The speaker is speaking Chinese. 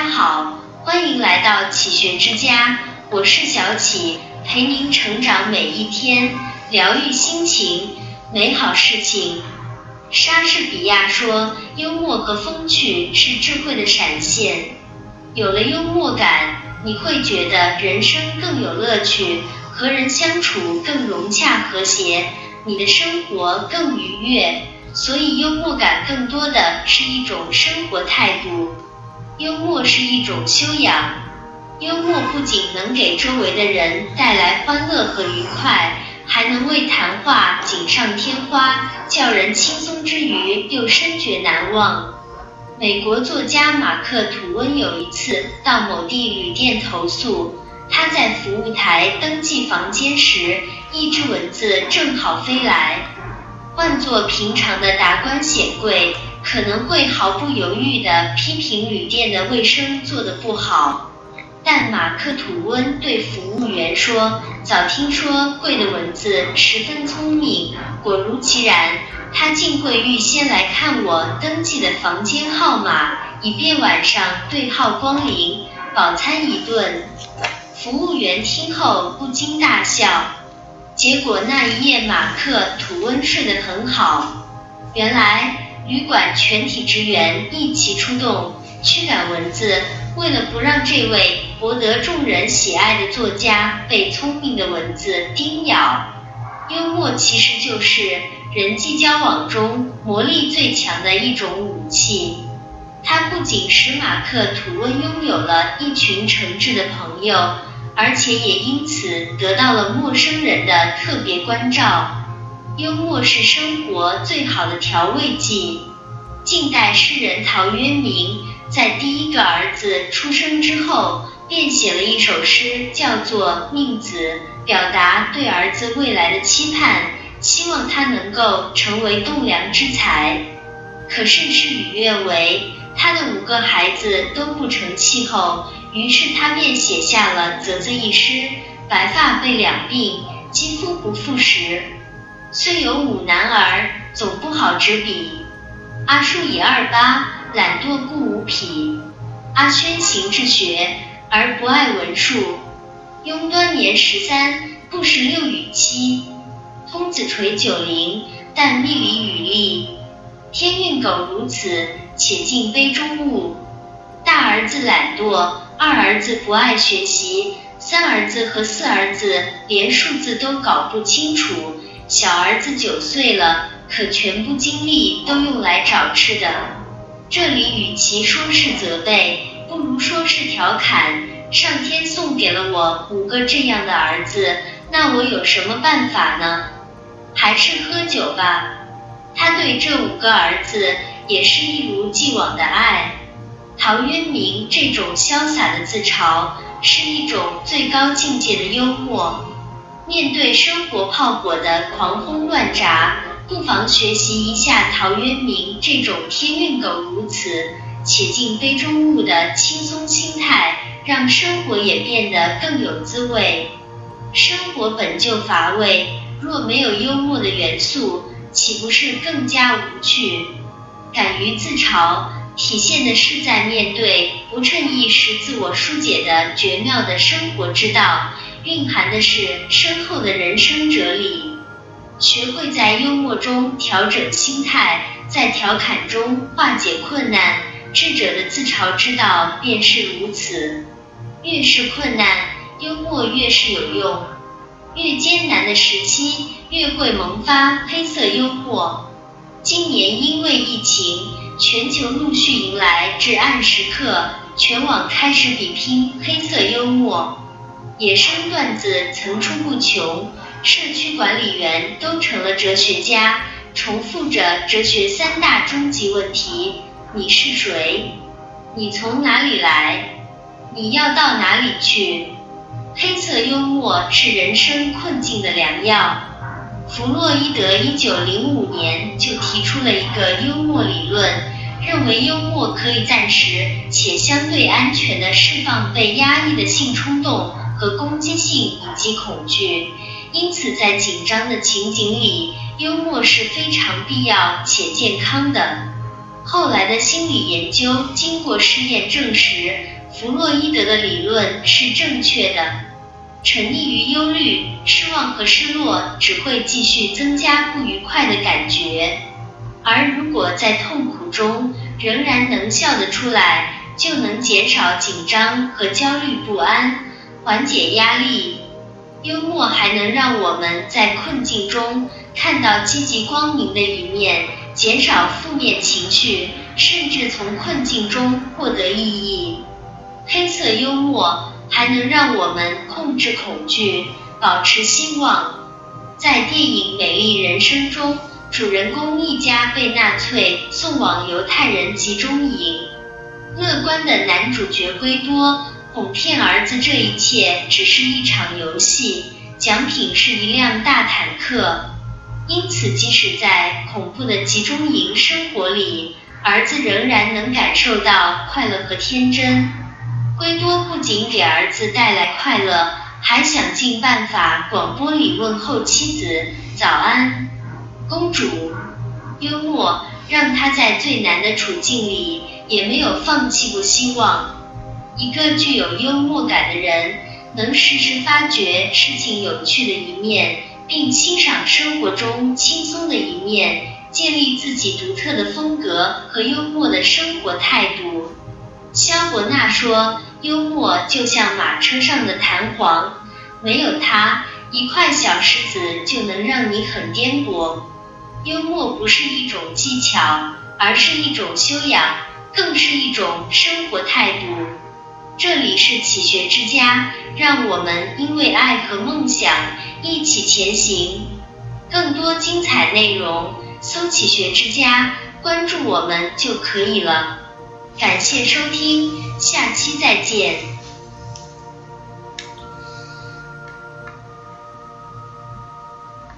家好，欢迎来到启学之家，我是小启，陪您成长每一天，疗愈心情，美好事情。莎士比亚说，幽默和风趣是智慧的闪现。有了幽默感，你会觉得人生更有乐趣，和人相处更融洽和谐，你的生活更愉悦。所以幽默感更多的是一种生活态度。幽默是一种修养，幽默不仅能给周围的人带来欢乐和愉快，还能为谈话锦上添花，叫人轻松之余又深觉难忘。美国作家马克·吐温有一次到某地旅店投诉，他在服务台登记房间时，一只蚊子正好飞来。换作平常的达官显贵，可能会毫不犹豫地批评旅店的卫生做得不好。但马克·吐温对服务员说，早听说贵的蚊子十分聪明，果如其然，他竟会预先来看我登记的房间号码，以便晚上对号光临，饱餐一顿。服务员听后不禁大笑。结果那一夜马克·吐温睡得很好。原来旅馆全体职员一起出动驱赶蚊子，为了不让这位博得众人喜爱的作家被聪明的蚊子叮咬。幽默其实就是人际交往中魔力最强的一种武器。它不仅使马克·吐温拥有了一群诚挚的朋友，而且也因此得到了陌生人的特别关照。幽默是生活最好的调味剂。近代诗人陶渊明在第一个儿子出生之后，便写了一首诗，叫做《命子》，表达对儿子未来的期盼，希望他能够成为栋梁之才。可是事与愿违，他的5个孩子都不成气候，于是他便写下了啧啧一诗，白发被两鬓，肌肤不复时。虽有5男儿，总不好执笔。阿叔以2八，懒惰故无匹。阿轩行志学，而不爱文术。庸端年13，不识6与7。通子垂90，但密里语利。天运狗如此，且尽杯中物。大儿子懒惰，2儿子不爱学习，3儿子和4儿子连数字都搞不清楚，小儿子9岁了，可全部精力都用来找吃的。这里与其说是责备，不如说是调侃。上天送给了我5个这样的儿子，那我有什么办法呢？还是喝酒吧。他对这5个儿子也是一如既往的爱。陶渊明这种潇洒的自嘲，是一种最高境界的幽默。面对生活炮火的狂轰乱炸，不妨学习一下陶渊明这种天运狗如此，且尽杯中物的轻松心态，让生活也变得更有滋味。生活本就乏味，若没有幽默的元素，岂不是更加无趣？敢于自嘲，体现的是在面对不趁一时自我疏解的绝妙的生活之道，蕴含的是深厚的人生哲理。学会在幽默中调整心态，在调侃中化解困难，智者的自嘲之道便是如此。越是困难，幽默越是有用。越艰难的时期，越会萌发黑色幽默。今年因为疫情，全球陆续迎来至暗时刻，全网开始比拼黑色幽默。野生段子层出不穷，社区管理员都成了哲学家，重复着哲学3大终极问题：你是谁？你从哪里来？你要到哪里去？黑色幽默是人生困境的良药。弗洛伊德1905年就提出了一个幽默理论，认为幽默可以暂时且相对安全地释放被压抑的性冲动和攻击性以及恐惧，因此在紧张的情景里，幽默是非常必要且健康的。 后来的心理研究经过试验证实，弗洛伊德的理论是正确的。沉溺于忧虑、失望和失落只会继续增加不愉快的感觉，而如果在痛苦中仍然能笑得出来，就能减少紧张和焦虑不安，缓解压力。幽默还能让我们在困境中看到积极光明的一面，减少负面情绪，甚至从困境中获得意义。黑色幽默还能让我们控制恐惧，保持希望。在电影《美丽人生》中，主人公一家被纳粹送往犹太人集中营，乐观的男主角圭多哄骗儿子这一切只是一场游戏，奖品是一辆大坦克。因此即使在恐怖的集中营生活里，儿子仍然能感受到快乐和天真。圭多不仅给儿子带来快乐，还想尽办法广播里问候妻子早安，公主。幽默让他在最难的处境里也没有放弃过希望。一个具有幽默感的人，能时时发掘事情有趣的一面，并欣赏生活中轻松的一面，建立自己独特的风格和幽默的生活态度。萧伯纳说，幽默就像马车上的弹簧，没有它，一块小石子就能让你很颠簸。幽默不是一种技巧，而是一种修养，更是一种生活态度。这里是启学之家，让我们因为爱和梦想一起前行。更多精彩内容，搜启学之家，关注我们就可以了。感谢收听，下期再见。